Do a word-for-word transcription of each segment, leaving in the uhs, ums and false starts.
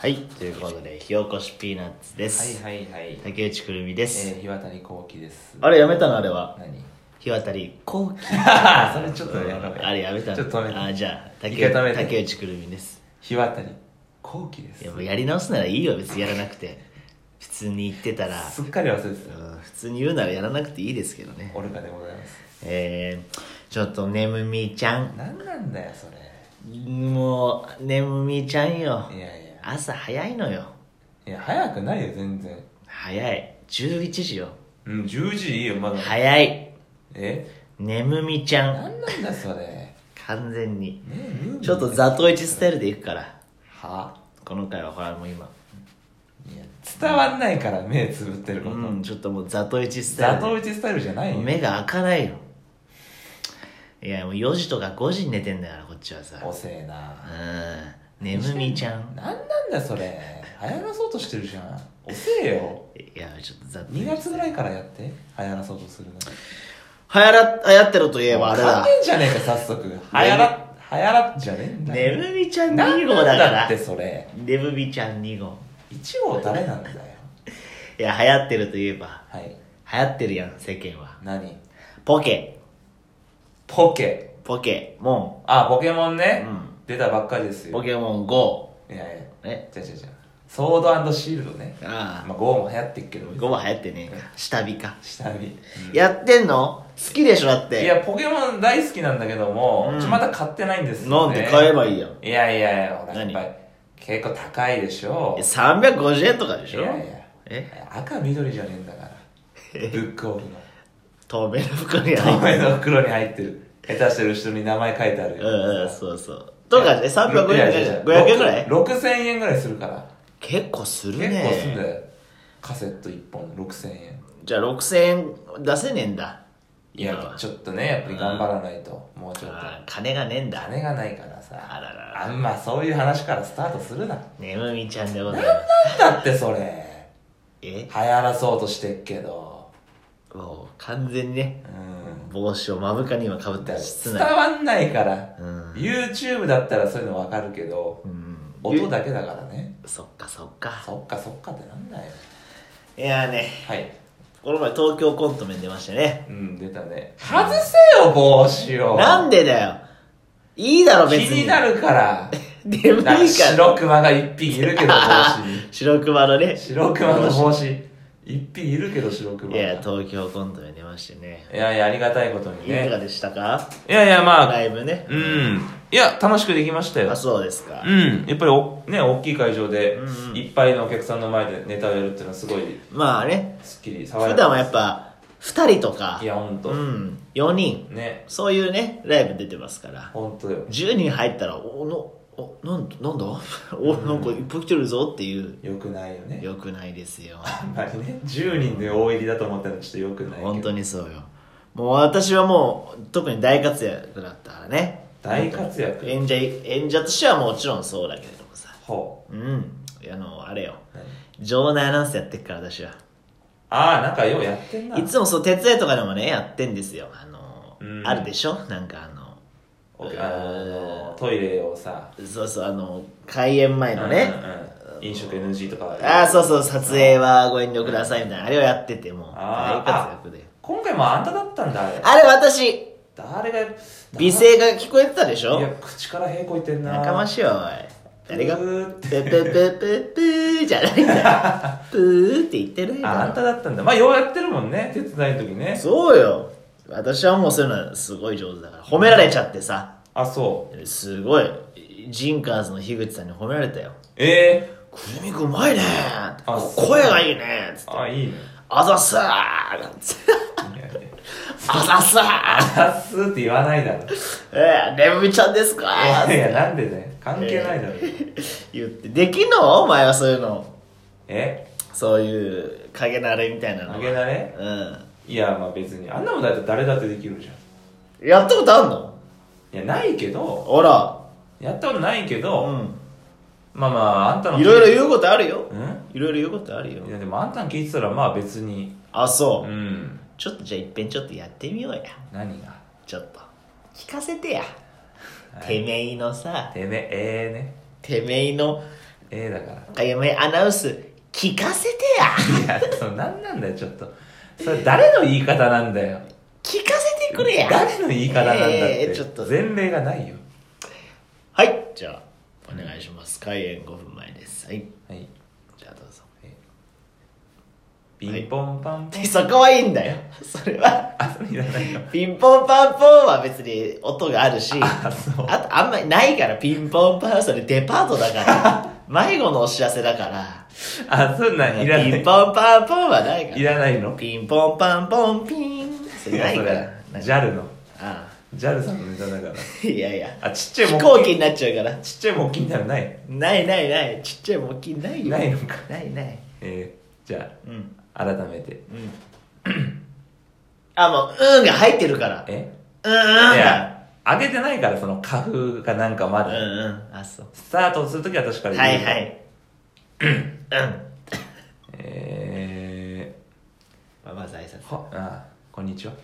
はい、ということで火起こしピーナッツです。 はいはいはい。 竹内くるみです。 えー、日渡り後期です。 あれやめたのあれは。 何？ 日渡り後期。 それちょっとやろうや。 あれやめたの。 ちょっと止めて。 あじゃあ竹一回止めて竹内くるみです。 日渡り後期です。 いやもうやり直すならいいよ別にやらなくて。普通に言ってたら。 すっかり忘れてた。 うん、普通に言うならやらなくていいですけどね。 オルカでございます。 えー、ちょっとねむみちゃん。 なんなんだよそれ。 もうねむみちゃんよ。 いやいや。 朝早いのよ。 いや早くないよ全然。 早い。じゅういちじよ。 うんじゅうじいいよまだ。 早い。 え？ ねむみちゃん。 なんなんだそれ。 完全に。 ねちょっとザトイチスタイルでいくから。 は？ この回はほらもう今。 いや伝わんないから目つぶってること。 うん、ちょっともうザトイチスタイル。 ザトウイチスタイルじゃないよ。 目が開かないよ。いやもうよじとかごじに寝てんだからこっちはさ。 遅えな。 うん。ねむみちゃん。 なんなんだよそれ。流行らそうとしてるじゃん。遅えよ。 いやちょっとザトイチ。 にがつぐらいからやって流行らそうとするの。 流行ら、流行ってるといえばあれだ。 かんねんじゃねえか早速。流行ら、流行らじゃねえんだよ。 ねむみちゃんに号なんだから。 だってそれ。 ねむみちゃんに号。 いち号誰なんだよ。 いや流行ってるといえば。 はい。 流行ってるやん世間は。 何？ ポケ。 ポケ。 ポケモあ、ポケモンね。 うん出たばっかりですン。 よ。 ポケモン ゴいやいや。 え違う違う違う。ソードシールドね。 ー。あまあ ゴー も流行ってっけど。 あ。ゴも流行ってねえか。下火か。 下火。 やってんの好きでしょだって。 いや、ポケモン大好きなんだけども、 うんちょまだ買ってないんですなんよね。 で買えばいいやん。 いやいやいや、ほら、 何やっぱり結構高いでしょ。 さんびゃくごじゅうえんとかでしょいやいや。 え赤緑じゃねえんだから。ブックオフの。 透明の袋に透入って明の袋に入ってる。下手してる人に名前書いてあるる。うんうん、そうそう。とかね、さんびゃくごじゅうえんじゃん。ごごひゃくえんぐらいろくせんえんぐらいするから。 結構する結ね。 構すんだよ。カセットいっぽんろくせんえん。 じゃあろくせんえん出せねえんだ。 いや、ちょっとね、やっぱり頑張らないと。もうちょっと。 あー金がねえんだ。 金がないからさ。 あらららあんまそういう話からスタートするな。 ねむみちゃんでございなんます。 なんだってそれ。 え流行らそうとしてっけど。 もう完全にね、 うん。 帽子を目深に今かぶって伝室内。 わんないから、 うん YouTube だったらそういうの分かるけど、 うん音だけだからね。 そっかそっか。 そっかそっかってなんだよ。 いやね、 はい。 この前東京コント面出ましたね。 うん出たね。外せよ帽子を。 なんでだよ。いいだろ別に。 気になるから。 眠いかなんから白熊が一匹いるけど帽子に。 白熊のね。 白熊の帽子一匹いるけど白熊が。 いや東京コント面出ましてね。 いやいやありがたいことにね。 いかがでしたか？ いやいやまあライブね。 うん。いや楽しくできましたよあ。そうですか。 うん、やっぱりおね大きい会場でうんうんいっぱいのお客さんの前でネタをやるっていうのはすごいまあね。 すっきり爽やか普段はやっぱ二人とかい、やほんと、 うん、よにん、 ねそういうねライブ出てますから。 ほんとよじゅうにん入ったらおのおなんなんだおなんかいっぱい来てるぞっていう。 よくないよねよくないですよ。 あんまりねじゅうにんで大入りだと思ったらちょっとよくないけど本当にそうよ。もう私はもう特に大活躍だったからね。 大活躍演者演者としてはもちろんそうだけれどもさ。 ほうんあのあれよう、何場内アナウンスやってっから私は。 ああなんかようやってんないつもそう徹夜とかでもねやってんですよ。あの、 うんあるでしょなんかあのおあのトイレをさそうそうあの開演前のね、 うんうんうん飲食 エヌジー とかああそうそう撮影はご遠慮くださいみたいなあれをやっててもう大あー活躍で。 今回もあんただったんだあれあれ私誰が美声が聞こえてたでしょ。 いや口から平行いてんなやかましいわおい。誰がプーってプープープープープーじゃないんだよ。プーって言ってないんああんだただったんだまあようやってるもんね手伝いの時ねそうよ。私はもうそういうのはすごい上手だから褒められちゃってさ。 あそうすごいジンカーズの樋口さんに褒められたよ。 ええくるみくんうまいねあ声がいいねつってあいいねあざっすーなんつっていやいやあざっすーあざっすって言わないだろえー、ねむみちゃんですかいやいやなんでね関係ないだろ、 言ってできんのお前はそういうのえそういう影慣れみたいなのは影慣れうんいやまあ別にあんなもんだって誰だってできるじゃんやったことあんのいやないけどほらやったことないけど、 うまあまああんたのんいろいろ言うことあるようんいろいろ言うことあるよいやでもあんたの聞いてたらまあ別にあそうう、 んちょっとじゃあいっぺんちょっとやってみようや何がちょっと聞かせてや、てめいのさてめえええねてめいのええだからかゆめアナウンス聞かせてやいやそうなんなんだよちょっとそれ誰の言い方なんだよ聞かせてくれや誰の言い方なんだって、 えーちょっと前例がないよ。 はいじゃあお願いします開演ごふんまえですはいはいじゃあどうぞピンポンパンポン、 そこはいいんだよそれはあそれいらないよピンポンパンポンは別に音があるしあそうあとあんまりないからピンポンパンそれデパートだから迷子のお知らせだからあそんなんいらないピンポンパンポンはないからいらないのピンポンパンポンピンそれないからそれ ジャル のあジャル さんのネタだからあいやいやあちっちゃい飛木行機になっちゃうからちっちゃい木金ならないないないないちっちゃい木金ないよないのかないないえー、じゃうんあ改めてうんあもう「うん」が入ってるからえうんうんいや上げてないからその花粉かなんかまだ、 うんうんあそうスタートするときは確かにはいはいうんうんえまあまず挨拶ー、はあこんにちは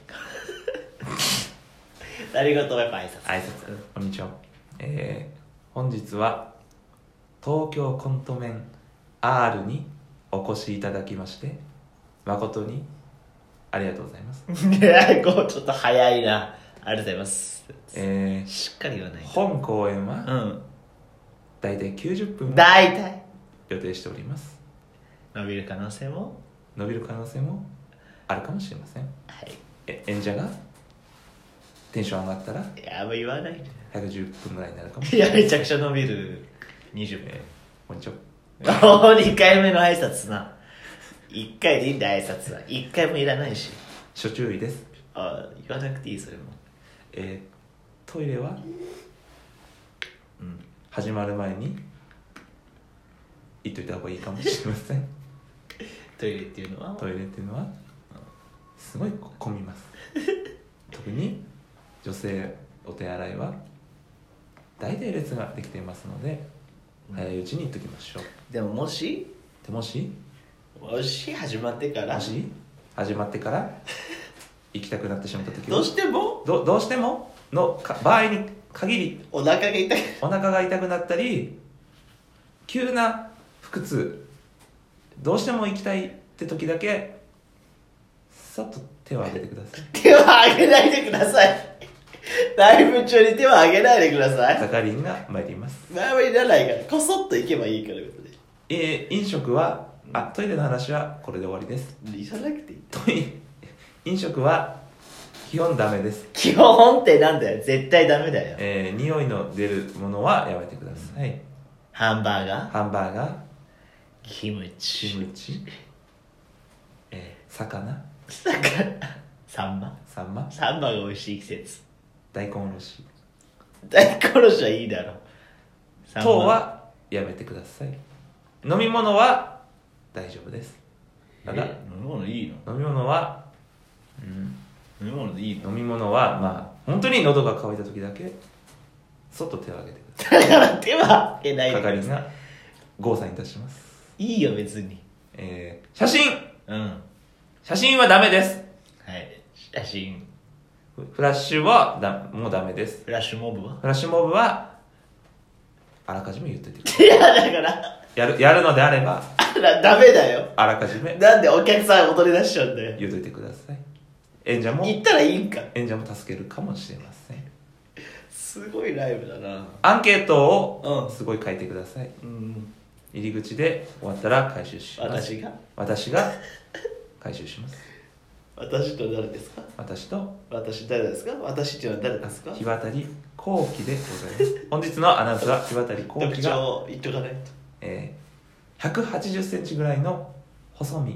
誰事もやっぱ挨拶挨拶こんにちはえー、本日は東京コントメン R にお越しいただきまして誠にありがとうございますいやこうちょっと早いなありがとうございますえー、 しっかり言わないと本公演はうんだいたいきゅうじゅっぷん大体予定しております伸びる可能性も伸びる可能性もあるかもしれませんはいえ演者がテンション上がったらいやもう言わないでひゃくじゅっぷんぐらいになるかもしいれないやめちゃくちゃ伸びるにじゅっぷんえー、こんにちはおーにかいめの挨拶ないっかいでいいんだ挨拶はいっかいもいらないし初注意ですあ言わなくていいそれもえー、トイレはうん始まる前に言っといた方がいいかもしれませんトイレっていうのはトイレっていうのはすごい混みます特に女性お手洗いは大体列ができていますので、うん、早いうちに行っときましょうでももしでもしもし始まってからもし始まってから行きたくなってしまった時はどうしてもどどうしてものか場合に限りお腹が痛くお腹が痛くなったり急な腹痛どうしても行きたいって時だけさっと手を挙げてください手は挙げないでくださいライブ中に手は挙げないでください係員が参ります前はいらないからこそっと行けばいいから別にえー、飲食はあトイレの話はこれで終わりですいらなくていいトイ飲食は基本ダメです、 基本ってなんだよ絶対ダメだよえー、匂いの出るものはやめてくださいハンバーガーハンバーガーキムチキムチ、えー、魚サンマサンマサンマが美味しい季節大根おろし大根おろしはいいだろサンマ等はやめてください飲み物は大丈夫ですただえ飲み物いいの飲み物は、うん、 飲み物でいいの飲み物はまあ本当に喉が渇いた時だけそっと手を挙げてくださいだから手は挙げないで係員がゴーサインいたしますいいよ別にえー、写真うん写真はダメですはい写真フラッシュはだもうダメですフラッシュモブはフラッシュモブはあらかじめ言っといてくださいいやだからやるやるのであればあらダメだよあらかじめなんでお客さん踊り出しちゃうんだよ言っといてください演者も言ったらいいんか演者も助けるかもしれませんすごいライブだなアンケートをうんすごい書いてください、 うん入り口で終わったら回収します私が私が回収します私と誰ですか私と私誰ですか私っていうのは誰ですか日渡り後期でございます本日のアナウンスは日渡り後特期が、 徴を言っとかないとえー、ひゃくはちじゅっセンチぐらいの細身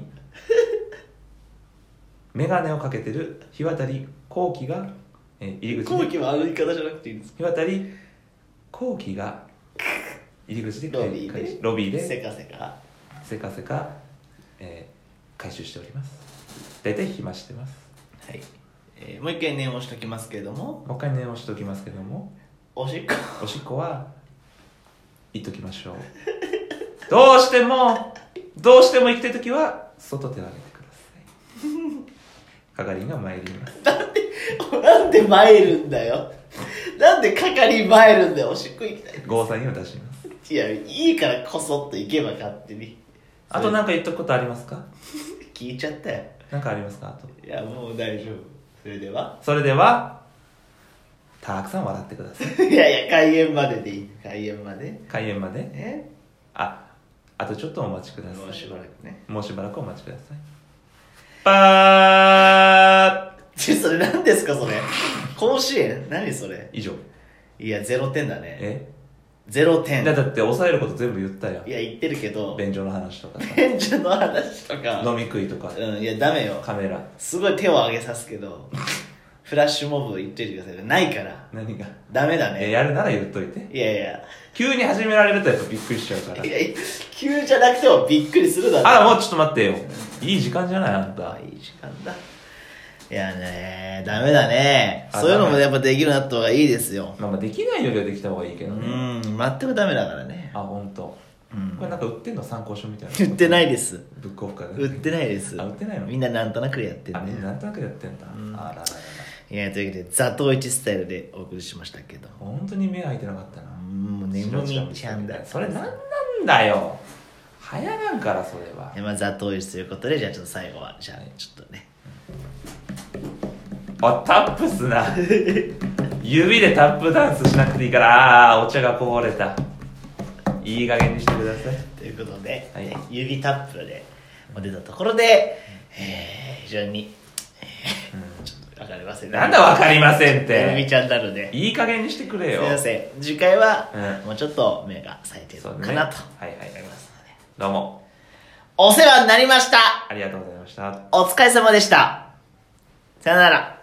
眼鏡をかけてる日渡り後期が、えー、入り口で後期はあの言い方じゃなくていいんですか日渡り後期が入り口でロビーで回収ロビーでせかせかせかせか、えー、回収しております大体暇してますはい、えー、もう一回念を押しときますけれどももう一回念をしておきますけどもおしっこおしっこは言っときましょうどうしてもどうしても行きたいときは外手を挙げてください係員が参りますなんでなんで参るんだよなんで係に参るんだよおしっこ行きたいゴーサインを出しますいやいいからこそっと行けば勝手に。 あと何か言っとくことありますか？ 聞いちゃったよ。 何かありますか？あと。 いやもう大丈夫。それではそれではたくさん笑ってください。 いやいや開演まででいい。開演まで開演までえああとちょっとお待ちください。 もうしばらくね。 もうしばらくお待ちください。パーちそれ何ですかそれ。甲子園何それ。 以上。 いやゼロてんだね。 えゼロてん。 だって抑えること全部言ったよ。 いや言ってるけど便所の話とかさ便所の話とか飲み食いとか、 うんいやダメよ。 カメラすごい手を挙げさすけどフラッシュモブ言っといてください。ないから何がダメだね。 えやるなら言っといて。 いやいや急に始められるとやっぱびっくりしちゃうから。 いや急じゃなくてもびっくりするだろ。 あらもうちょっと待ってよ。いい時間じゃないあんた。 あいい時間だ。いやねダメだね。 あそういうのもやっぱできるようになった方がいいですよ。 まあまあできないよりはできた方がいいけうどね。 ん全くダメだからね。 あ本当。 うんこれなんか売ってんの参考書みたいな。 売ってないです。 ブックオフかね。 売ってないです。 あ売ってないの。 みんななんとなくでやってるあみんなね。 なんとなくやってんだ。 うんあらららら。 いやというわけでザトウイチスタイルでお送りしましたけど、 本当に目開いてなかったな。 もう眠みちゃんだ。 それなんなんだよ。早なんからそれは。 まあザトウイチということでじゃあちょっと最後はじゃあちょっとね。 あタップすな。指でタップダンスしなくていいから。ああーお茶がこぼれた。いい加減にしてください。 ということで、 はいね指タップでもう出たところで、えー、非常に、えーちょっと分かりませんね。 なんだわかりませんっ眠みて。 ちゃんなので。 いい加減にしてくれよ。 すいません。次回は、 うんもうちょっと目が冴えてるそうねかなとはいはい思いますので。 どうもお世話になりました。 ありがとうございました。 お疲れ様でした。さよなら。